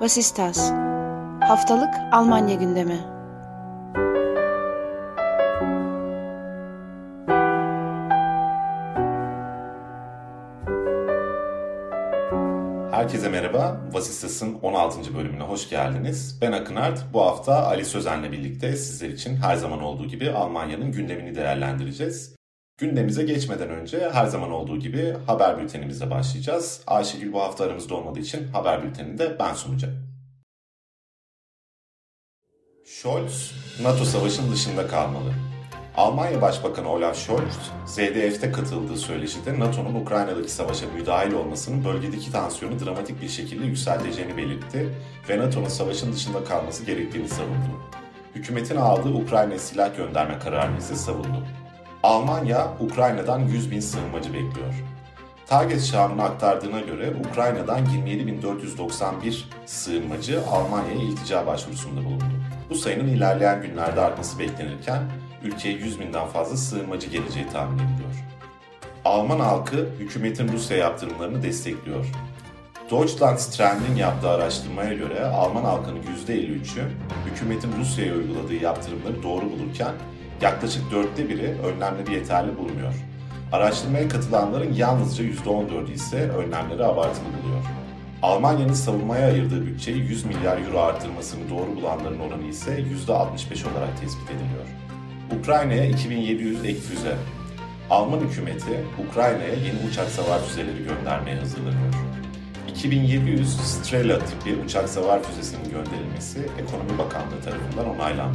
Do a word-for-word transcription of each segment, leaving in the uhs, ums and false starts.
Was ist das? Haftalık Almanya gündemi. Herkese merhaba, Was ist das'ın on altıncı bölümüne hoş geldiniz. Ben Akın Art, bu hafta Ali Sözen'le birlikte sizler için her zaman olduğu gibi Almanya'nın gündemini değerlendireceğiz. Gündemimize geçmeden önce her zaman olduğu gibi haber bültenimize başlayacağız. Ayşegül bu hafta aramızda olmadığı için haber bültenini de ben sunacağım. Scholz, NATO savaşın dışında kalmalı. Almanya Başbakanı Olaf Scholz, Z D F'te katıldığı söyleşide NATO'nun Ukrayna'daki savaşa müdahil olmasının bölgedeki tansiyonu dramatik bir şekilde yükselteceğini belirtti ve NATO'nun savaşın dışında kalması gerektiğini savundu. Hükümetin aldığı Ukrayna'ya silah gönderme kararını ise savundu. Almanya, Ukrayna'dan yüz bin sığınmacı bekliyor. Target Şam'ın aktardığına göre Ukrayna'dan yirmi yedi bin dört yüz doksan bir sığınmacı Almanya'ya iltica başvurusunda bulundu. Bu sayının ilerleyen günlerde artması beklenirken ülkeye yüz binden fazla sığınmacı geleceği tahmin ediliyor. Alman halkı hükümetin Rusya yaptırımlarını destekliyor. Deutschlandtrend'in yaptığı araştırmaya göre Alman halkının yüzde elli üçü hükümetin Rusya'ya uyguladığı yaptırımları doğru bulurken yaklaşık dörtte biri önlemleri yeterli bulmuyor. Araştırmaya katılanların yalnızca yüzde on dördü ise önlemleri abartılı buluyor. Almanya'nın savunmaya ayırdığı bütçeyi yüz milyar euro artırmasını doğru bulanların oranı ise yüzde altmış beş olarak tespit ediliyor. Ukrayna'ya iki bin yedi yüz ek füze. Alman hükümeti Ukrayna'ya yeni uçak savar füzeleri göndermeye hazırlanıyor. iki bin yedi yüz Strela tipi uçak savar füzesinin gönderilmesi Ekonomi Bakanlığı tarafından onaylandı.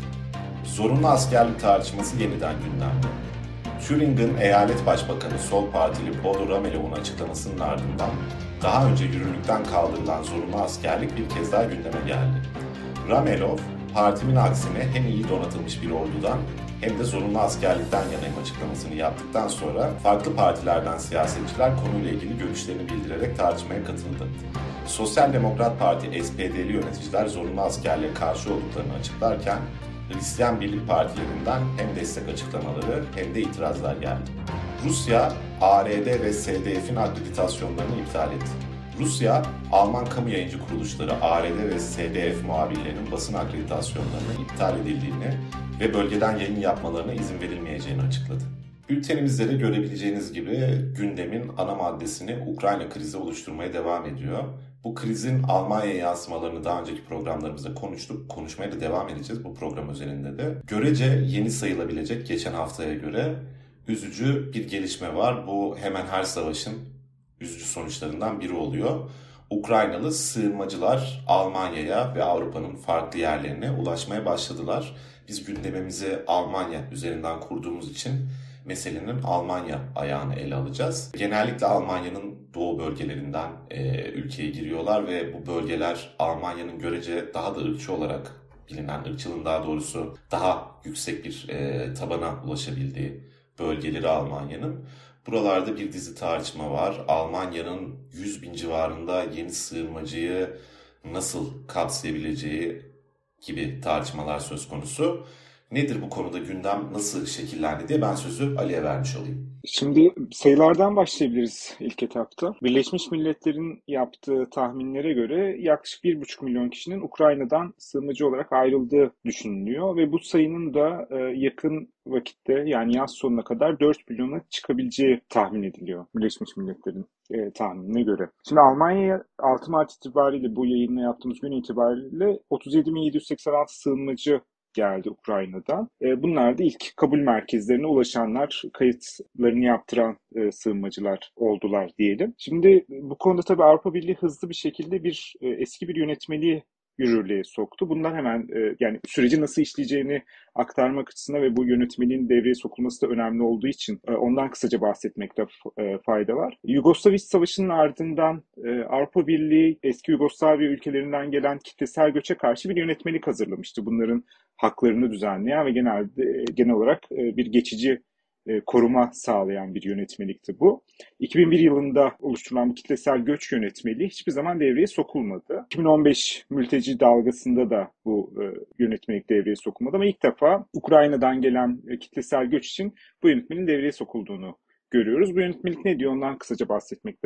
Zorunlu askerlik tartışması yeniden gündemde. Thüringen Eyalet Başbakanı Sol Partili Bodo Ramelov'un açıklamasının ardından daha önce yürürlükten kaldırılan zorunlu askerlik bir kez daha gündeme geldi. Ramelov, partimin aksine hem iyi donatılmış bir ordudan hem de zorunlu askerlikten yanayım açıklamasını yaptıktan sonra farklı partilerden siyasetçiler konuyla ilgili görüşlerini bildirerek tartışmaya katıldı. Sosyal Demokrat Parti S P D'li yöneticiler zorunlu askerliğe karşı olduklarını açıklarken Hristiyan Birlik Partilerinden hem destek açıklamaları hem de itirazlar geldi. Rusya, A R D ve S D F'in akreditasyonlarını iptal etti. Rusya, Alman kamu yayıncı kuruluşları A R D ve S D F muhabirlerinin basın akreditasyonlarının iptal edildiğini ve bölgeden yayın yapmalarına izin verilmeyeceğini açıkladı. Bültenimizde de görebileceğiniz gibi gündemin ana maddesini Ukrayna krizi oluşturmaya devam ediyor. Bu krizin Almanya'ya yansımalarını daha önceki programlarımızda konuştuk. Konuşmaya da devam edeceğiz bu program üzerinde de. Görece yeni sayılabilecek geçen haftaya göre üzücü bir gelişme var. Bu hemen her savaşın üzücü sonuçlarından biri oluyor. Ukraynalı sığınmacılar Almanya'ya ve Avrupa'nın farklı yerlerine ulaşmaya başladılar. Biz gündemimizi Almanya üzerinden kurduğumuz için meselenin Almanya ayağını ele alacağız. Genellikle Almanya'nın doğu bölgelerinden e, ülkeye giriyorlar ve bu bölgeler Almanya'nın görece daha da ırkçı olarak bilinen, ırkçılığın daha doğrusu daha yüksek bir e, tabana ulaşabildiği bölgeleri Almanya'nın. Buralarda bir dizi tartışma var. Almanya'nın yüz bin civarında yeni sığınmacıyı nasıl kapsayabileceği gibi tartışmalar söz konusu. Nedir bu konuda gündem, nasıl şekillendi diye ben sözü Ali'ye vermiş olayım. Şimdi sayılardan başlayabiliriz ilk etapta. Birleşmiş Milletler'in yaptığı tahminlere göre yaklaşık bir buçuk milyon kişinin Ukrayna'dan sığınmacı olarak ayrıldığı düşünülüyor ve bu sayının da yakın vakitte yani yaz sonuna kadar dört milyona çıkabileceği tahmin ediliyor Birleşmiş Milletler'in e, tahminine göre. Şimdi Almanya'ya altı Mart itibariyle bu yayınla yaptığımız gün itibariyle otuz yedi bin yedi yüz seksen altı sığınmacı geldi Ukrayna'dan. Bunlar da ilk kabul merkezlerine ulaşanlar, kayıtlarını yaptıran sığınmacılar oldular diyelim. Şimdi bu konuda tabii Avrupa Birliği hızlı bir şekilde bir eski bir yönetmeliği yürürlüğe soktu. Bunlar hemen yani süreci nasıl işleyeceğini aktarmak açısından ve bu yönetmeliğin devreye sokulması da önemli olduğu için ondan kısaca bahsetmekte fayda var. Yugoslav İç Savaşı'nın ardından Avrupa Birliği eski Yugoslavya ülkelerinden gelen kitlesel göçe karşı bir yönetmelik hazırlamıştı. Bunların haklarını düzenleyen ve genelde genel olarak bir geçici koruma sağlayan bir yönetmelikti bu. iki bin bir yılında oluşturulan bu kitlesel göç yönetmeliği hiçbir zaman devreye sokulmadı. iki bin on beş mülteci dalgasında da bu yönetmelik devreye sokulmadı ama ilk defa Ukrayna'dan gelen kitlesel göç için bu yönetmeliğin devreye sokulduğunu görüyoruz. Bu yönetmelik ne diyor ondan kısaca bahsetmekte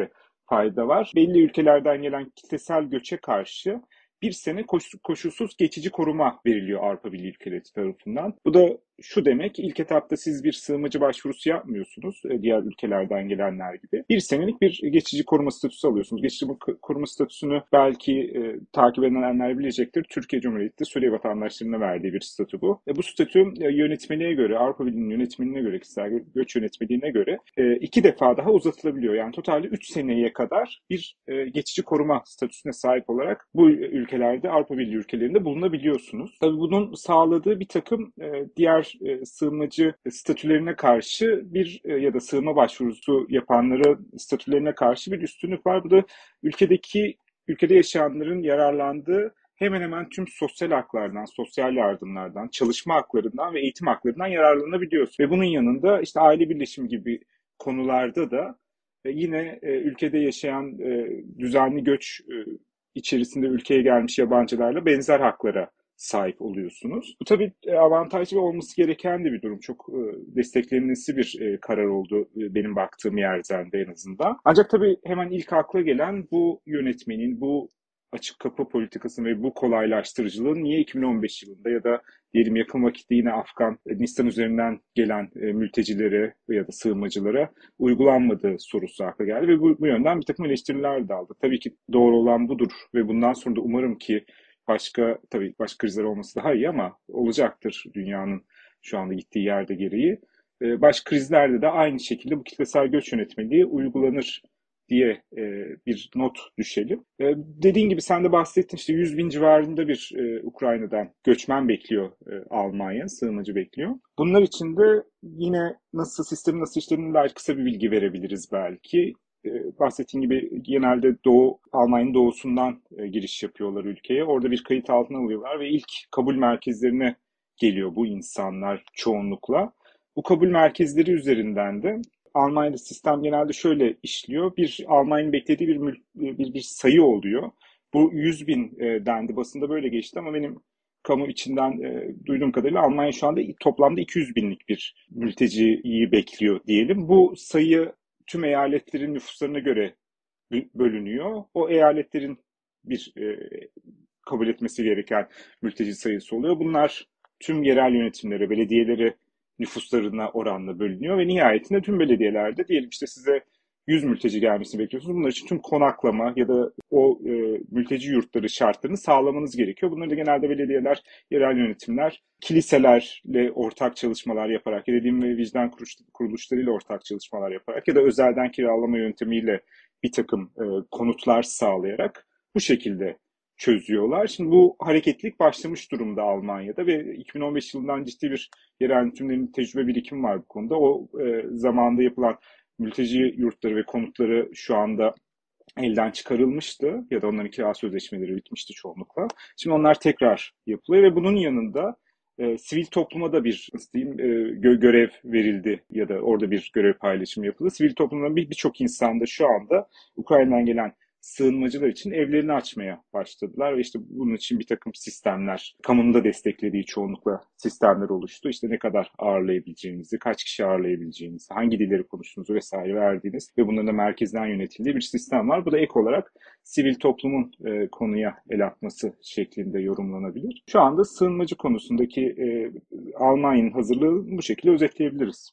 fayda var. Belli ülkelerden gelen kitlesel göçe karşı bir sene koşulsuz geçici koruma veriliyor Avrupa Birliği ülkeleri tarafından. Bu da şu demek, ilk etapta siz bir sığınmacı başvurusu yapmıyorsunuz diğer ülkelerden gelenler gibi. Bir senelik bir geçici koruma statüsü alıyorsunuz. Geçici koruma statüsünü belki e, takip edenler bilecektir. Türkiye Cumhuriyeti Suriye vatandaşlarına verdiği bir statü bu. E, bu statü e, yönetmeliğe göre, Avrupa Birliği'nin yönetmeliğine göre, kişisel göç yönetmeliğine göre e, iki defa daha uzatılabiliyor. Yani totalde üç seneye kadar bir e, geçici koruma statüsüne sahip olarak bu ülkelerde, Avrupa Birliği ülkelerinde bulunabiliyorsunuz. Tabii bunun sağladığı bir takım e, diğer e, sığınmacı statülerine karşı bir e, ya da sığınma başvurusu yapanları statülerine karşı bir üstünlük var. Bu da ülkedeki ülkede yaşayanların yararlandığı hemen hemen tüm sosyal haklardan, sosyal yardımlardan, çalışma haklarından ve eğitim haklarından yararlanabiliyoruz. Ve bunun yanında işte aile birleşimi gibi konularda da e, yine e, ülkede yaşayan e, düzenli göç e, içerisinde ülkeye gelmiş yabancılarla benzer haklara sahip oluyorsunuz. Bu tabii avantajlı olması gereken de bir durum. Çok desteklenmesi bir karar oldu benim baktığım yerden de en azından. Ancak tabii hemen ilk akla gelen bu yönetmenin, bu açık kapı politikasının ve bu kolaylaştırıcılığın niye iki bin on beş yılında ya da diyelim yakın vakitte yine Afganistan üzerinden gelen mültecilere ya da sığınmacılara uygulanmadığı sorusu akla geldi ve bu, bu yönden bir takım eleştiriler de aldı. Tabii ki doğru olan budur ve bundan sonra da umarım ki başka, tabii başka krizler olması daha iyi ama olacaktır dünyanın şu anda gittiği yerde gereği. Başka krizlerde de aynı şekilde bu kitlesel göç yönetmeliği uygulanır diye e, bir not düşelim. E, dediğin gibi sen de bahsettin, işte yüz bin civarında bir e, Ukrayna'dan göçmen bekliyor e, Almanya, sığınmacı bekliyor. Bunlar için de yine nasıl sistemin nasıl işlediğine dair kısa bir bilgi verebiliriz belki. E, bahsettiğim gibi genelde Doğu, Almanya'nın doğusundan e, giriş yapıyorlar ülkeye. Orada bir kayıt altına alıyorlar ve ilk kabul merkezlerine geliyor bu insanlar çoğunlukla. Bu kabul merkezleri üzerinden de Almanya'da sistem genelde şöyle işliyor. Bir Almanya'nın beklediği bir, bir, bir sayı oluyor. Bu yüz bin e, dendi. Basında böyle geçti ama benim kamu içinden e, duyduğum kadarıyla Almanya şu anda toplamda iki yüz binlik bir mülteciyi bekliyor diyelim. Bu sayı tüm eyaletlerin nüfuslarına göre bölünüyor. O eyaletlerin bir e, kabul etmesi gereken mülteci sayısı oluyor. Bunlar tüm yerel yönetimlere, belediyelere nüfuslarına oranla bölünüyor ve nihayetinde tüm belediyelerde diyelim işte size yüz mülteci gelmesini bekliyorsunuz. Bunlar için tüm konaklama ya da o e, mülteci yurtları şartlarını sağlamanız gerekiyor. Bunları da genelde belediyeler, yerel yönetimler, kiliselerle ortak çalışmalar yaparak ya da din ve vicdan kuruluşlarıyla ortak çalışmalar yaparak ya da özelden kiralama yöntemiyle bir takım e, konutlar sağlayarak bu şekilde çözüyorlar. Şimdi bu hareketlilik başlamış durumda Almanya'da ve iki bin on beş yılından ciddi bir yerel yönetimlerin tecrübe birikimi var bu konuda. O e, zamanda yapılan mülteci yurtları ve konutları şu anda elden çıkarılmıştı ya da onların kira sözleşmeleri bitmişti çoğunlukla. Şimdi onlar tekrar yapılıyor ve bunun yanında e, sivil topluma da bir nasıl diyeyim, e, gö- görev verildi ya da orada bir görev paylaşımı yapıldı. Sivil toplumdan bir birçok insan da şu anda Ukrayna'dan gelen sığınmacılar için evlerini açmaya başladılar ve işte bunun için bir takım sistemler, kamunun da desteklediği çoğunlukla sistemler oluştu. İşte ne kadar ağırlayabileceğinizi, kaç kişi ağırlayabileceğinizi, hangi dilleri konuştuğunuzu vesaire verdiğiniz ve bunların da merkezden yönetildiği bir sistem var. Bu da ek olarak sivil toplumun e, konuya el atması şeklinde yorumlanabilir. Şu anda sığınmacı konusundaki e, Almanya'nın hazırlığı bu şekilde özetleyebiliriz.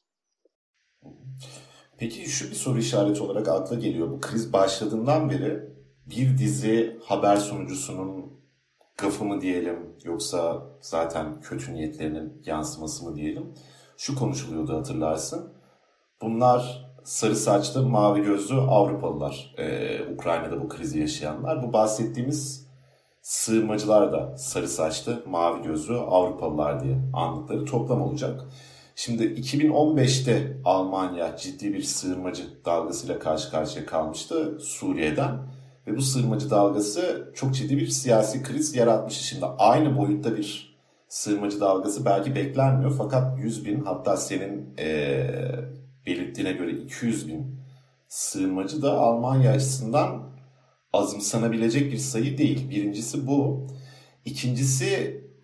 Peki şu bir soru işareti olarak akla geliyor. Bu kriz başladığından beri bir dizi haber sunucusunun gafı mı diyelim yoksa zaten kötü niyetlerinin yansıması mı diyelim. Şu konuşuluyordu hatırlarsın. Bunlar sarı saçlı, mavi gözlü Avrupalılar. Ee, Ukrayna'da bu krizi yaşayanlar. Bu bahsettiğimiz sığınmacılar da sarı saçlı, mavi gözlü Avrupalılar diye andıkları toplam olacak. Şimdi iki bin on beşte Almanya ciddi bir sığınmacı dalgasıyla karşı karşıya kalmıştı Suriye'den. Ve bu sığınmacı dalgası çok ciddi bir siyasi kriz yaratmıştı. Şimdi aynı boyutta bir sığınmacı dalgası belki beklenmiyor. Fakat yüz bin, hatta senin ee, belirttiğine göre iki yüz bin sığınmacı da Almanya açısından azımsanabilecek bir sayı değil. Birincisi bu. İkincisi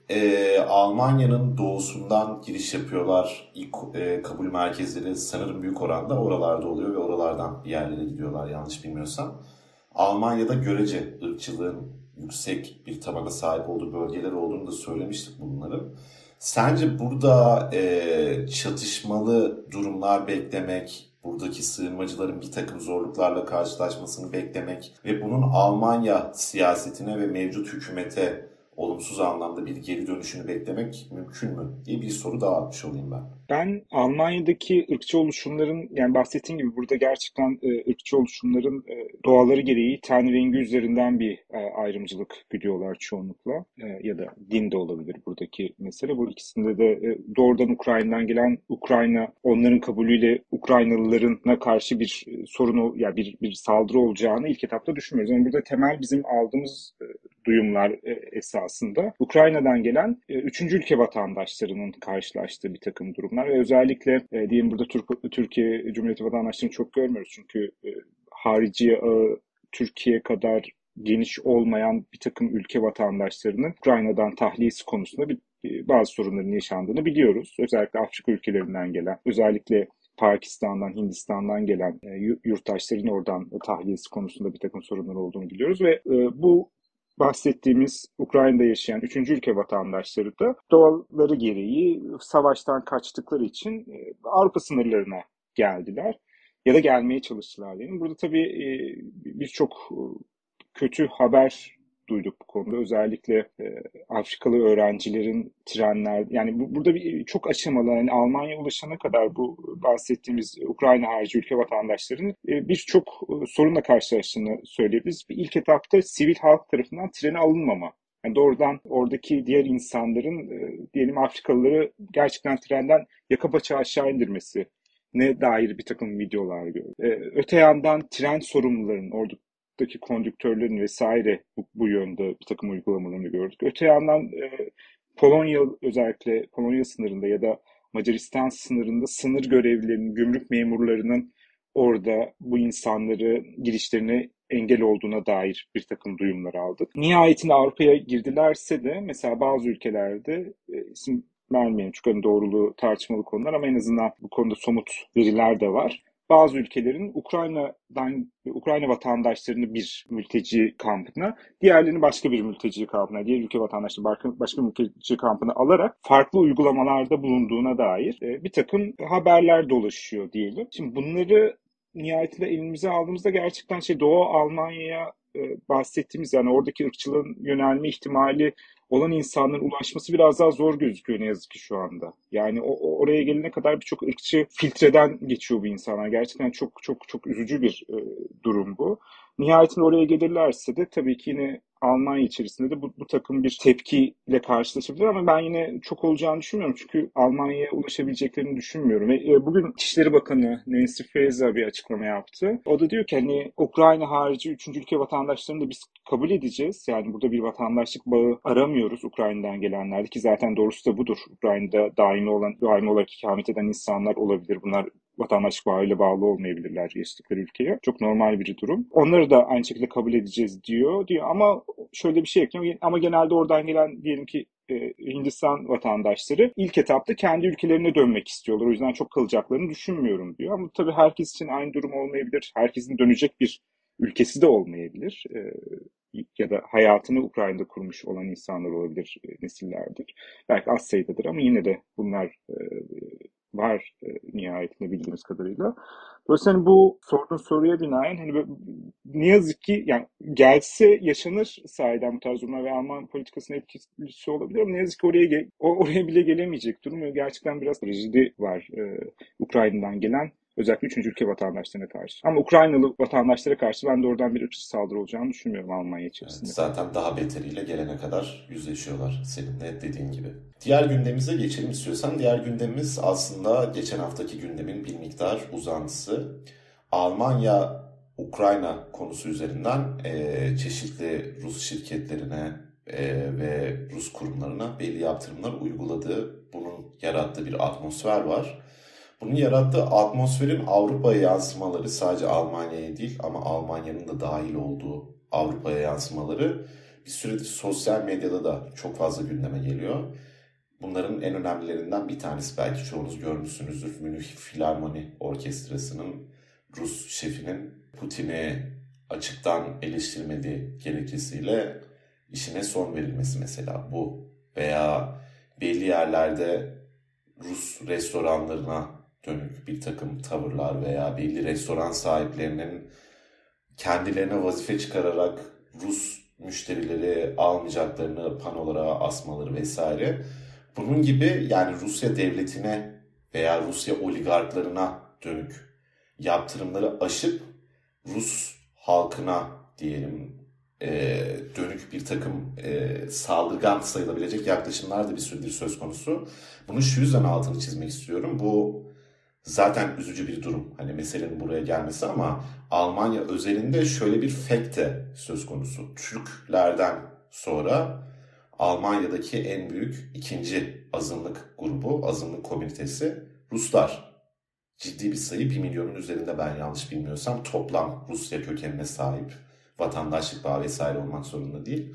Ee, Almanya'nın doğusundan giriş yapıyorlar. İlk e, kabul merkezleri sanırım büyük oranda oralarda oluyor ve oralardan bir yerlere gidiyorlar yanlış bilmiyorsam. Almanya'da görece ırkçılığın yüksek bir tabana sahip olduğu bölgeler olduğunu da söylemiştik bunların. Sence burada e, çatışmalı durumlar beklemek, buradaki sığınmacıların bir takım zorluklarla karşılaşmasını beklemek ve bunun Almanya siyasetine ve mevcut hükümete olumsuz anlamda bir geri dönüşünü beklemek mümkün mü diye bir soru daha atmış olayım ben. Ben Almanya'daki ırkçı oluşumların, yani bahsettiğim gibi burada gerçekten e, ırkçı oluşumların e, doğaları gereği ten rengi üzerinden bir e, ayrımcılık güdüyorlar çoğunlukla. E, ya da din de olabilir buradaki mesele. Bu ikisinde de e, doğrudan Ukrayna'dan gelen, Ukrayna onların kabulüyle Ukraynalılarına karşı bir e, sorun, ya yani bir bir saldırı olacağını ilk etapta düşünmüyoruz. Yani burada temel bizim aldığımız e, duyumlar e, esasında Ukrayna'dan gelen e, üçüncü ülke vatandaşlarının karşılaştığı bir takım durumlar. Ve özellikle e, diyelim burada Türk, Türkiye Cumhuriyeti vatandaşlarını çok görmüyoruz. Çünkü e, harici ağı Türkiye kadar geniş olmayan bir takım ülke vatandaşlarının Ukrayna'dan tahliyesi konusunda bir, bir, bazı sorunların yaşandığını biliyoruz. Özellikle Afrika ülkelerinden gelen, özellikle Pakistan'dan, Hindistan'dan gelen e, yurttaşların oradan tahliyesi konusunda bir takım sorunlar olduğunu biliyoruz. Ve e, bu bahsettiğimiz Ukrayna'da yaşayan üçüncü ülke vatandaşları da doğalları gereği savaştan kaçtıkları için Avrupa sınırlarına geldiler ya da gelmeye çalıştılar diyelim. Burada tabii birçok kötü haber duyduk bu konuda. Özellikle e, Afrikalı öğrencilerin trenler, yani bu, burada bir, çok aşamalı, yani Almanya'ya ulaşana kadar bu bahsettiğimiz Ukrayna harici ülke vatandaşlarının e, birçok e, sorunla karşılaştığını söyleyebiliriz. İlk etapta sivil halk tarafından trene alınmama. Yani doğrudan oradaki diğer insanların, e, diyelim Afrikalıları gerçekten trenden yaka paça aşağı indirmesi ne dair bir takım videolar gördüm. E, öte yandan tren sorumlularının, oradaki kondüktörlerin vesaire bu, bu yönde bir takım uygulamalarını gördük. Öte yandan e, Polonya, özellikle Polonya sınırında ya da Macaristan sınırında sınır görevlilerinin, gümrük memurlarının orada bu insanları girişlerine engel olduğuna dair bir takım duyumlar aldık. Nihayetinde Avrupa'ya girdilerse de mesela bazı ülkelerde e, isim vermeyelim çünkü hani doğruluğu tartışmalı konular ama en azından bu konuda somut veriler de var. Bazı ülkelerin Ukrayna'dan Ukrayna vatandaşlarını bir mülteci kampına, diğerlerini başka bir mülteci kampına, diğer ülke vatandaşlarını başka bir mülteci kampına alarak farklı uygulamalarda bulunduğuna dair bir takım haberler dolaşıyor diyelim. Şimdi bunları nihayetinde elimize aldığımızda gerçekten şey Doğu Almanya'ya bahsettiğimiz, yani oradaki ırkçılığın yönelme ihtimali olan insanların ulaşması biraz daha zor gözüküyor ne yazık ki şu anda. Yani o, oraya gelene kadar birçok ırkçı filtreden geçiyor bu insanlar. Gerçekten çok çok çok üzücü bir e, durum bu. Nihayetinde oraya gelirlerse de tabii ki yine Almanya içerisinde de bu, bu takım bir tepkiyle karşılaşabilir ama ben yine çok olacağını düşünmüyorum. Çünkü Almanya'ya ulaşabileceklerini düşünmüyorum. Ve e, bugün İçişleri Bakanı Nancy Faeser bir açıklama yaptı. O da diyor ki hani Ukrayna harici üçüncü ülke vatandaşlarını da biz kabul edeceğiz. Yani burada bir vatandaşlık bağı aramıyoruz Ukrayna'dan gelenlerde ki zaten doğrusu da budur. Ukrayna'da daimi olan, daimi olarak ikamet eden insanlar olabilir. Bunlar vatandaşlık bağıyla bağlı olmayabilirler yaşadıkları ülkeye. Çok normal bir durum. Onları da aynı şekilde kabul edeceğiz diyor. diyor. Ama şöyle bir şey ekliyor. Ama genelde oradan gelen diyelim ki Hindistan vatandaşları ilk etapta kendi ülkelerine dönmek istiyorlar. O yüzden çok kalacaklarını düşünmüyorum diyor. Ama tabii herkes için aynı durum olmayabilir. Herkesin dönecek bir ülkesi de olmayabilir. Ya da hayatını Ukrayna'da kurmuş olan insanlar olabilir, nesillerdir. Belki az sayıdadır ama yine de bunlar var e, nihayetinde bildiğimiz kadarıyla. Dolayısıyla hani bu sorduğun soruya binaen hani böyle, ne yazık ki yani gelse yaşanır sahiden bu tarz durumlar ve Alman politikasının etkisi olabilir ama ne yazık ki oraya oraya bile gelemeyecek durum. Gerçekten biraz trajedi var e, Ukrayna'dan gelen. Özellikle üçüncü ülke vatandaşlarına karşı. Ama Ukraynalı vatandaşlara karşı ben de oradan bir ırkçı saldırı olacağını düşünmüyorum Almanya içerisinde. Evet, zaten daha beteriyle gelene kadar yüzleşiyorlar senin de dediğin gibi. Diğer gündemimize geçelim istiyorsan. Diğer gündemimiz aslında geçen haftaki gündemin bir miktar uzantısı. Almanya Ukrayna konusu üzerinden e, çeşitli Rus şirketlerine e, ve Rus kurumlarına belli yaptırımlar uyguladığı, bunun yarattığı bir atmosfer var. Bunun yarattığı atmosferin Avrupa'ya yansımaları, sadece Almanya'ya değil ama Almanya'nın da dahil olduğu Avrupa'ya yansımaları bir süredir sosyal medyada da çok fazla gündeme geliyor. Bunların en önemlilerinden bir tanesi, belki çoğunuz görmüşsünüzdür, Münih Filarmoni Orkestrası'nın Rus şefinin Putin'i açıktan eleştirmediği gerekçesiyle işine son verilmesi mesela bu. Veya belli yerlerde Rus restoranlarına dönük bir takım tavırlar veya belli restoran sahiplerinin kendilerine vazife çıkararak Rus müşterileri almayacaklarını panolara asmaları vesaire. Bunun gibi yani Rusya devletine veya Rusya oligarklarına dönük yaptırımları aşıp Rus halkına diyelim e, dönük bir takım e, saldırgan sayılabilecek yaklaşımlar da bir süredir söz konusu. Bunu şu yüzden altını çizmek istiyorum. Bu zaten üzücü bir durum. Hani meselenin buraya gelmesi, ama Almanya özelinde şöyle bir fact de söz konusu. Türklerden sonra Almanya'daki en büyük ikinci azınlık grubu, azınlık komünitesi Ruslar. Ciddi bir sayı, bir milyonun üzerinde ben yanlış bilmiyorsam, toplam Rusya kökenine sahip, vatandaşlık bağı vesaire olmak zorunda değil,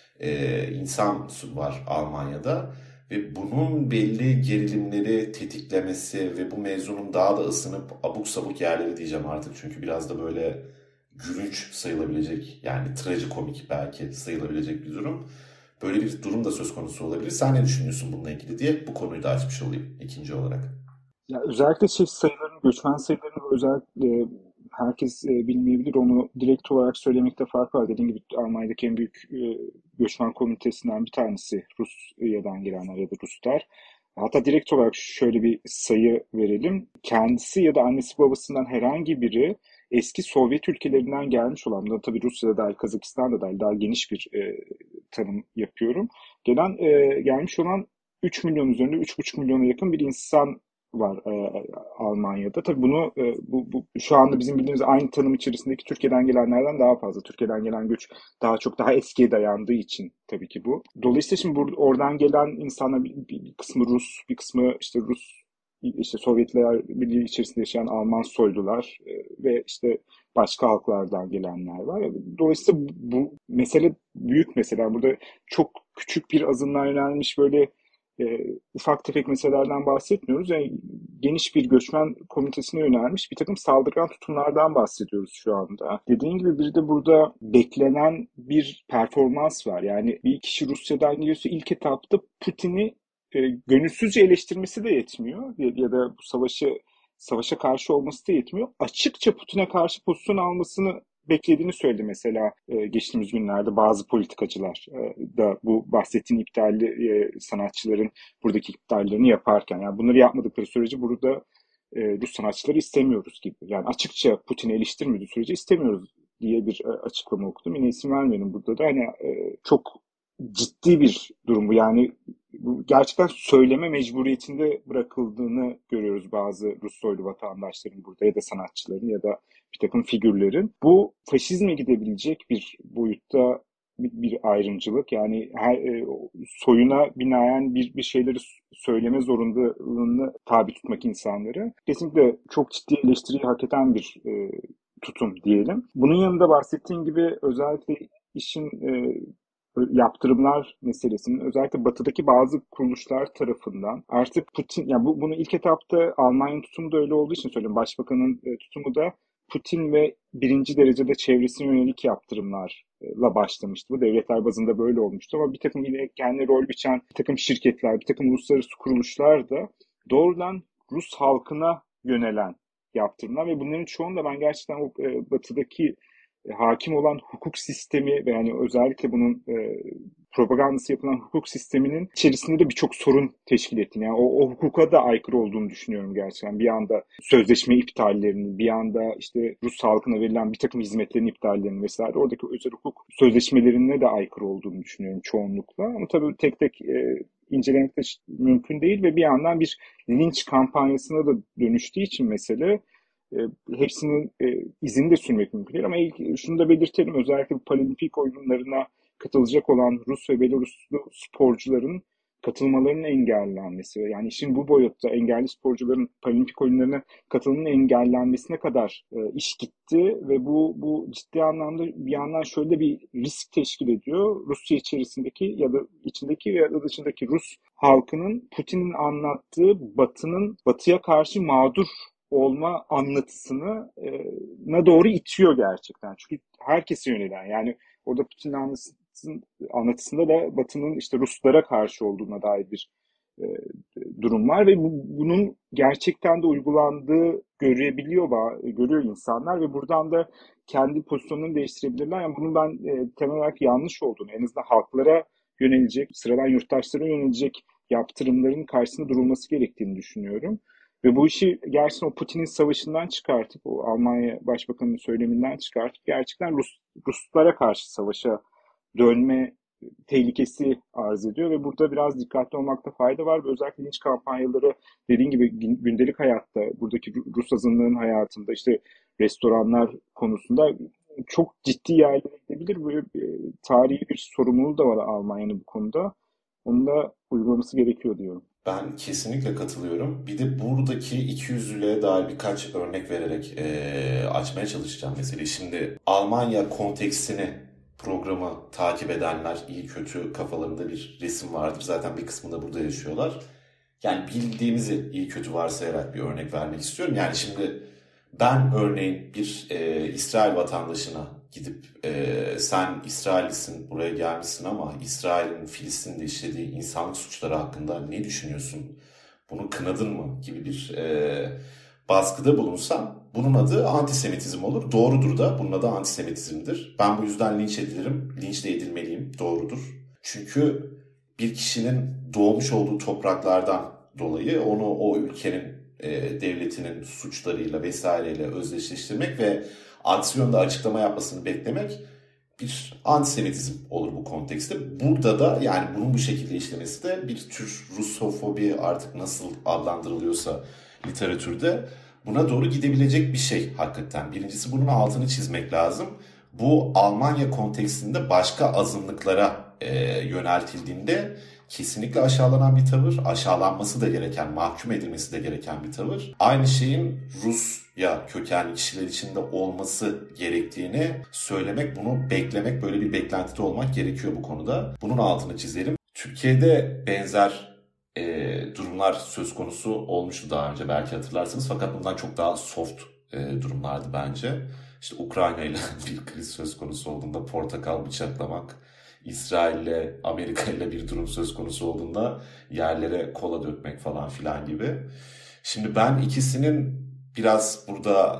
Ee, insan var Almanya'da. Ve bunun belli gerilimleri tetiklemesi ve bu mevzunun daha da ısınıp abuk sabuk yerleri diyeceğim artık, çünkü biraz da böyle gülünç sayılabilecek, yani trajikomik belki sayılabilecek bir durum. Böyle bir durum da söz konusu olabilir. Sen ne düşünüyorsun bununla ilgili diye bu konuyu da açmış olayım ikinci olarak. Ya özellikle çift sayılarını, göçmen sayılarını özellikle herkes e, bilmeyebilir. Onu direkt olarak söylemekte fark var. Dediğim gibi Almanya'daki en büyük e, göçmen komünitesinden bir tanesi Rusya'dan gelenler ya da Ruslar. Hatta direkt olarak şöyle bir sayı verelim. Kendisi ya da annesi babasından herhangi biri eski Sovyet ülkelerinden gelmiş olan, da tabii Rusya'da dahil, Kazakistan'da dahil, daha geniş bir e, tanım yapıyorum. Gelen e, gelmiş olan üç milyon üzerinde, üç buçuk milyona yakın bir insan var e, Almanya'da. Tabii bunu e, bu, bu şu anda bizim bildiğimiz aynı tanım içerisindeki Türkiye'den gelenlerden daha fazla. Türkiye'den gelen göç daha çok daha eskiye dayandığı için tabii ki bu. Dolayısıyla şimdi bur- oradan gelen insanlar bir, bir, bir kısmı Rus, bir kısmı işte Rus, işte Sovyetler Birliği içerisinde yaşayan Alman soylular e, ve işte başka halklardan gelenler var. Dolayısıyla bu mesele büyük mesele. Burada çok küçük bir azınlığa yönelmiş böyle e, ufak tefek meselelerden bahsetmiyoruz. Yani geniş bir göçmen komitesine yönelmiş bir takım saldırgan tutumlardan bahsediyoruz şu anda. Dediğin gibi bir de burada beklenen bir performans var. Yani bir kişi Rusya'dan geliyorsa ilk etapta Putin'i e, gönülsüzce eleştirmesi de yetmiyor. Ya, ya da bu savaşı savaşa karşı olması da yetmiyor. Açıkça Putin'e karşı pozisyon almasını beklediğini söyledi mesela e, geçtiğimiz günlerde bazı politikacılar e, da bu bahsettiğin iptalli e, sanatçıların buradaki iptallerini yaparken, yani bunları yapmadıkları sürece burada e, Rus sanatçıları istemiyoruz gibi. Yani açıkça Putin'i eleştirmediği sürece istemiyoruz diye bir e, açıklama okudum. Yine isim vermedim burada da, hani e, çok ciddi bir durum bu. Yani bu gerçekten söyleme mecburiyetinde bırakıldığını görüyoruz bazı Rus soylu vatandaşların burada, ya da sanatçıların ya da bir takım figürlerin. Bu faşizme gidebilecek bir boyutta bir, bir ayrımcılık. Yani her e, soyuna binaen bir bir şeyleri söyleme zorunluluğunu tabi tutmak insanları kesinlikle çok ciddi eleştiriyi hak eden bir e, tutum diyelim. Bunun yanında bahsettiğim gibi özellikle işin e, yaptırımlar meselesinin özellikle batıdaki bazı kuruluşlar tarafından artık Putin, yani bu, bunu ilk etapta Almanya'nın tutumu da öyle olduğu için söylüyorum. Başbakanın e, tutumu da Putin ve birinci derecede çevresine yönelik yaptırımlarla başlamıştı. Bu devletler bazında böyle olmuştu, ama bir takım yine kendi rol biçen bir takım şirketler, bir takım uluslararası kuruluşlar da doğrudan Rus halkına yönelen yaptırımlar ve bunların çoğunda ben gerçekten o e, batıdaki e, hakim olan hukuk sistemi ve yani özellikle bunun e, propagandası yapılan hukuk sisteminin içerisinde de birçok sorun teşkil ettiğini, yani o, o hukuka da aykırı olduğunu düşünüyorum gerçekten. Bir anda sözleşme iptallerinin, bir anda işte Rus halkına verilen bir takım hizmetlerin iptallerinin vesaire, oradaki özel hukuk sözleşmelerine de aykırı olduğunu düşünüyorum çoğunlukla. Ama tabii tek tek e, incelemek de mümkün değil ve bir yandan bir linç kampanyasına da dönüştüğü için mesele, E, hepsinin e, izini de sürmek mümkün değil. Ama ilk, şunu da belirtelim, özellikle bu Paralimpik oyunlarına katılacak olan Rus ve Belaruslu sporcuların katılmalarının engellenmesi, yani işin bu boyutta engelli sporcuların paralimpik oyunlarına katılımının engellenmesine kadar e, iş gitti ve bu bu ciddi anlamda bir yandan şöyle bir risk teşkil ediyor. Rusya içerisindeki ya da içindeki ya da dışındaki Rus halkının Putin'in anlattığı Batı'nın Batı'ya karşı mağdur olma anlatısını e, na doğru itiyor gerçekten. Çünkü herkese yönelen, yani orada Putin'in anlatısının, anlatısında da Batı'nın işte Ruslara karşı olduğuna dair bir e, durum var ve bu, bunun gerçekten de uygulandığı görebiliyor, görüyor insanlar ve buradan da kendi pozisyonlarını değiştirebilirler. Yani bunun ben e, temel olarak yanlış olduğunu, en azından halklara yönelecek, sıradan yurttaşlara yönelecek yaptırımların karşısında durulması gerektiğini düşünüyorum. Ve bu işi gerçekten o Putin'in savaşından çıkartıp, o Almanya Başbakanı'nın söyleminden çıkartıp gerçekten Rus, Ruslara karşı savaşa dönme tehlikesi arz ediyor ve burada biraz dikkatli olmakta fayda var ve özellikle linç kampanyaları, dediğin gibi gündelik hayatta, buradaki Rus azınlığın hayatında, işte restoranlar konusunda çok ciddi yerlere gidebilir. Böyle bir, tarihi bir sorumluluğu da var Almanya'nın bu konuda. Onu da uygulaması gerekiyor diyorum. Ben kesinlikle katılıyorum. Bir de buradaki ikiyüzlülüğe dair birkaç örnek vererek e, açmaya çalışacağım meseleyi. Şimdi Almanya kontekstini, programı takip edenler iyi kötü kafalarında bir resim vardır. Zaten bir kısmında burada yaşıyorlar. Yani bildiğimizi iyi kötü varsayarak bir örnek vermek istiyorum. Yani şimdi ben örneğin bir e, İsrail vatandaşına gidip e, sen İsraillisin, buraya gelmişsin ama İsrail'in Filistin'de işlediği insanlık suçları hakkında ne düşünüyorsun? Bunu kınadın mı? Gibi bir e, baskıda bulunsam bunun adı antisemitizm olur. Doğrudur da, bunun adı antisemitizmdir. Ben bu yüzden linç edilirim, linç de edilmeliyim. Doğrudur. Çünkü bir kişinin doğmuş olduğu topraklardan dolayı onu o ülkenin e, devletinin suçlarıyla vesaireyle özdeşleştirmek ve aksiyonda açıklama yapmasını beklemek bir antisemitizm olur bu kontekste. Burada da yani bunun bu şekilde işlemesi de bir tür Rusofobi, artık nasıl adlandırılıyorsa literatürde, buna doğru gidebilecek bir şey hakikaten. Birincisi bunun altını çizmek lazım. Bu Almanya kontekstinde başka azınlıklara e, yöneltildiğinde kesinlikle aşağılanan bir tavır, aşağılanması da gereken, mahkum edilmesi de gereken bir tavır. Aynı şeyin Rusya kökenli kişiler içinde olması gerektiğini söylemek, bunu beklemek, böyle bir beklentide olmak gerekiyor bu konuda. Bunun altını çizelim. Türkiye'de benzer e, durumlar söz konusu olmuştu daha önce, belki hatırlarsınız. Fakat bundan çok daha soft e, durumlardı bence. İşte Ukrayna ile bir kriz söz konusu olduğunda portakal bıçaklamak, İsrail'le, Amerika'yla bir durum söz konusu olduğunda yerlere kola dökmek falan filan gibi. Şimdi ben ikisinin biraz burada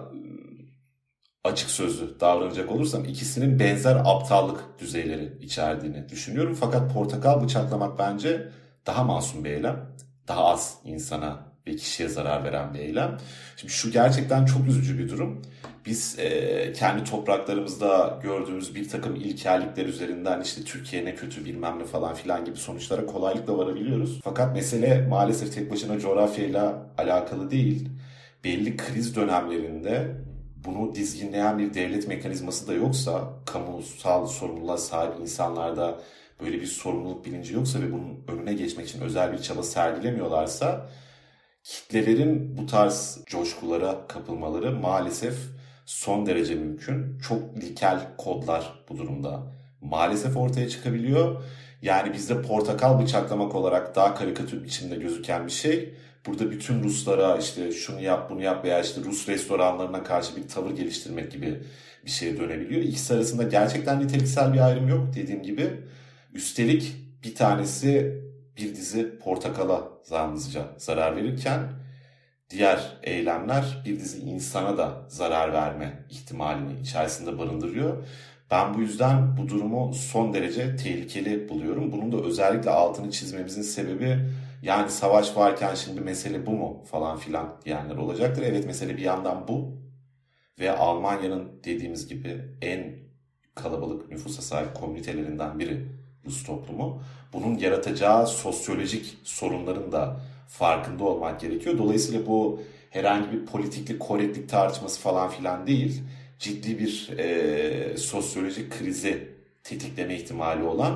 açık sözlü davranacak olursam ikisinin benzer aptallık düzeyleri içerdiğini düşünüyorum. Fakat portakal bıçaklamak bence daha masum bir eylem. Daha az insana ve kişiye zarar veren bir eylem. Şimdi şu gerçekten çok üzücü bir durum. Biz e, kendi topraklarımızda gördüğümüz bir takım ilkellikler üzerinden işte Türkiye ne kötü bilmem ne falan filan gibi sonuçlara kolaylıkla varabiliyoruz. Fakat mesele maalesef tek başına coğrafyayla alakalı değil. Belli kriz dönemlerinde bunu dizginleyen bir devlet mekanizması da yoksa, kamusal sorumluluğa sahip insanlarda böyle bir sorumluluk bilinci yoksa ve bunun önüne geçmek için özel bir çaba sergilemiyorlarsa, kitlelerin bu tarz coşkulara kapılmaları maalesef son derece mümkün. Çok ilkel kodlar bu durumda maalesef ortaya çıkabiliyor. Yani bizde portakal bıçaklamak olarak daha karikatür biçimde gözüken bir şey, burada bütün Ruslara işte şunu yap bunu yap veya işte Rus restoranlarına karşı bir tavır geliştirmek gibi bir şeye dönebiliyor. İkisi arasında gerçekten niteliksel bir ayrım yok dediğim gibi. Üstelik bir tanesi bir dizi portakala yalnızca zarar verirken diğer eylemler bir dizi insana da zarar verme ihtimalini içerisinde barındırıyor. Ben bu yüzden bu durumu son derece tehlikeli buluyorum. Bunun da özellikle altını çizmemizin sebebi, yani savaş varken şimdi mesele bu mu falan filan diyenler olacaktır. Evet, mesele bir yandan bu ve Almanya'nın dediğimiz gibi en kalabalık nüfusa sahip komünitelerinden biri Rus toplumu. Bunun yaratacağı sosyolojik sorunların da farkında olmak gerekiyor. Dolayısıyla bu herhangi bir politiklik, korektlik tartışması falan filan değil. Ciddi bir e, sosyolojik krizi tetikleme ihtimali olan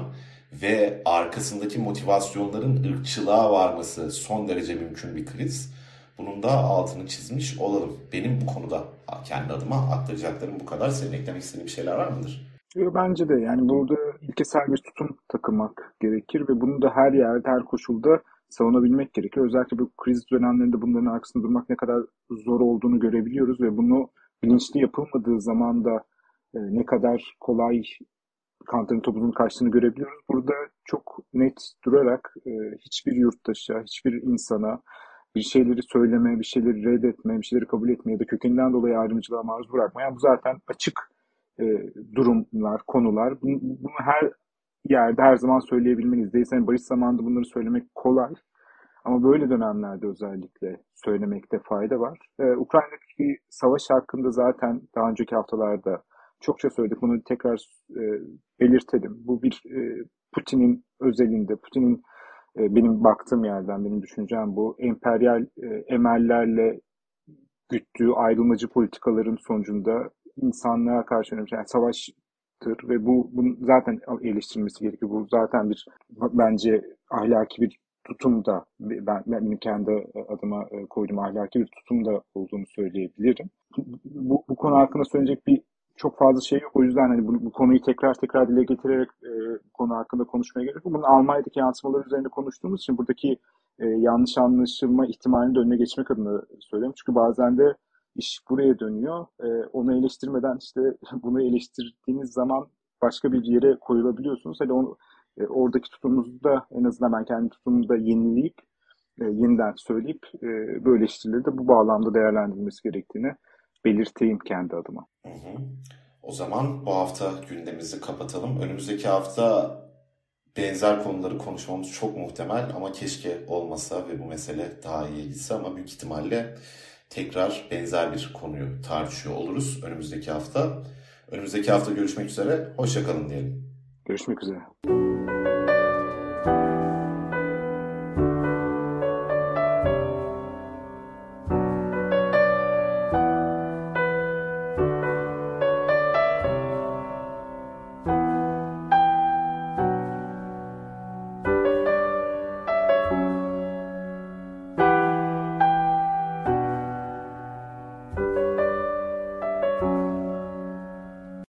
ve arkasındaki motivasyonların ırkçılığa varması son derece mümkün bir kriz. Bunun da altını çizmiş olalım. Benim bu konuda kendi adıma aktaracaklarım bu kadar. Senin eklemek istediğin bir şeyler var mıdır? Bence de yani burada ilkesel bir tutum takınmak gerekir ve bunu da her yerde, her koşulda savunabilmek gerekir. Özellikle bu kriz dönemlerinde bunların arkasında durmak ne kadar zor olduğunu görebiliyoruz ve bunu bilinçli yapılmadığı zaman da e, ne kadar kolay kantarın topuzun kaçtığını görebiliyoruz. Burada çok net durarak e, hiçbir yurttaşa, hiçbir insana bir şeyleri söyleme, bir şeyleri reddetme, bir şeyleri kabul etme ya da kökeninden dolayı ayrımcılığa maruz bırakma. Yani bu zaten açık e, durumlar, konular. Bunu, bunu her yerde her zaman söyleyebilmeniz. Değilse yani barış zamanında bunları söylemek kolay. Ama böyle dönemlerde özellikle söylemekte fayda var. Ee, Ukrayna'daki savaş hakkında zaten daha önceki haftalarda çokça söyledik. Bunu tekrar e, belirtelim. Bu bir e, Putin'in özelinde, Putin'in e, benim baktığım yerden, benim düşüncem bu. Emperyal e, emellerle güttüğü ayrılmacı politikaların sonucunda insanlığa karşı önemli yani savaştır ve bu bunun zaten eleştirilmesi gerekiyor. Bu zaten bir bence ahlaki bir tutum da ben, benim kendi adıma koyduğum ahlaki bir tutum da olduğunu söyleyebilirim. Bu, bu konu hakkında söyleyecek bir çok fazla şey yok. O yüzden hani bu, bu konuyu tekrar tekrar dile getirerek e, bu konu hakkında konuşmaya gerek yok. Bunun Almanya'daki yansımaları üzerinde konuştuğumuz için buradaki e, yanlış anlaşılma ihtimalini de önüne geçmek adına söylüyorum. Çünkü bazen de iş buraya dönüyor. E, onu eleştirmeden işte bunu eleştirdiğiniz zaman başka bir yere koyulabiliyorsunuz. Hani onu, e, oradaki tutumunuzu da en azından ben kendi tutumumu da yenileyip e, yeniden söyleyip e, bu eleştirileri de bu bağlamda değerlendirilmesi gerektiğini belirteyim kendi adıma. Hı hı. O zaman bu hafta gündemimizi kapatalım. Önümüzdeki hafta benzer konuları konuşmamız çok muhtemel ama keşke olmasa ve bu mesele daha iyi gitse ama büyük ihtimalle tekrar benzer bir konuyu tartışıyor oluruz önümüzdeki hafta. Önümüzdeki hafta görüşmek üzere. Hoşça kalın diyelim. Görüşmek üzere.